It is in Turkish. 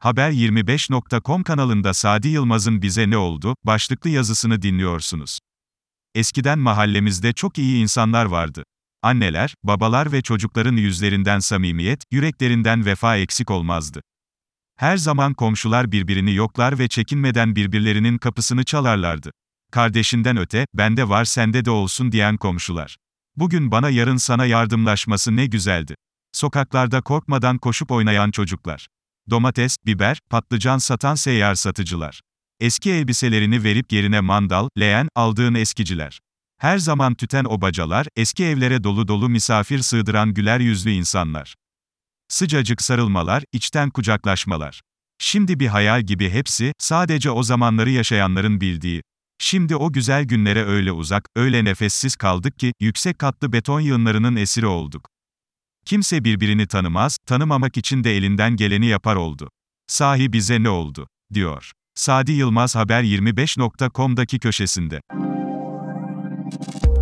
Haber25.com kanalında Sadi Yılmaz'ın Bize Ne Oldu başlıklı yazısını dinliyorsunuz. Eskiden mahallemizde çok iyi insanlar vardı. Anneler, babalar ve çocukların yüzlerinden samimiyet, yüreklerinden vefa eksik olmazdı. Her zaman komşular birbirini yoklar ve çekinmeden birbirlerinin kapısını çalarlardı. Kardeşinden öte, bende var sende de olsun diyen komşular. Bugün bana yarın sana yardımlaşması ne güzeldi. Sokaklarda korkmadan koşup oynayan çocuklar. Domates, biber, patlıcan satan seyyar satıcılar. Eski elbiselerini verip yerine mandal, leğen aldığın eskiciler. Her zaman tüten obacalar, eski evlere dolu dolu misafir sığdıran güler yüzlü insanlar. Sıcacık sarılmalar, içten kucaklaşmalar. Şimdi bir hayal gibi hepsi, sadece o zamanları yaşayanların bildiği. Şimdi o güzel günlere öyle uzak, öyle nefessiz kaldık ki, yüksek katlı beton yığınlarının esiri olduk. Kimse birbirini tanımaz, tanımamak için de elinden geleni yapar oldu. Sahi bize ne oldu? Diyor. Sadi Yılmaz Haber25.com'daki köşesinde.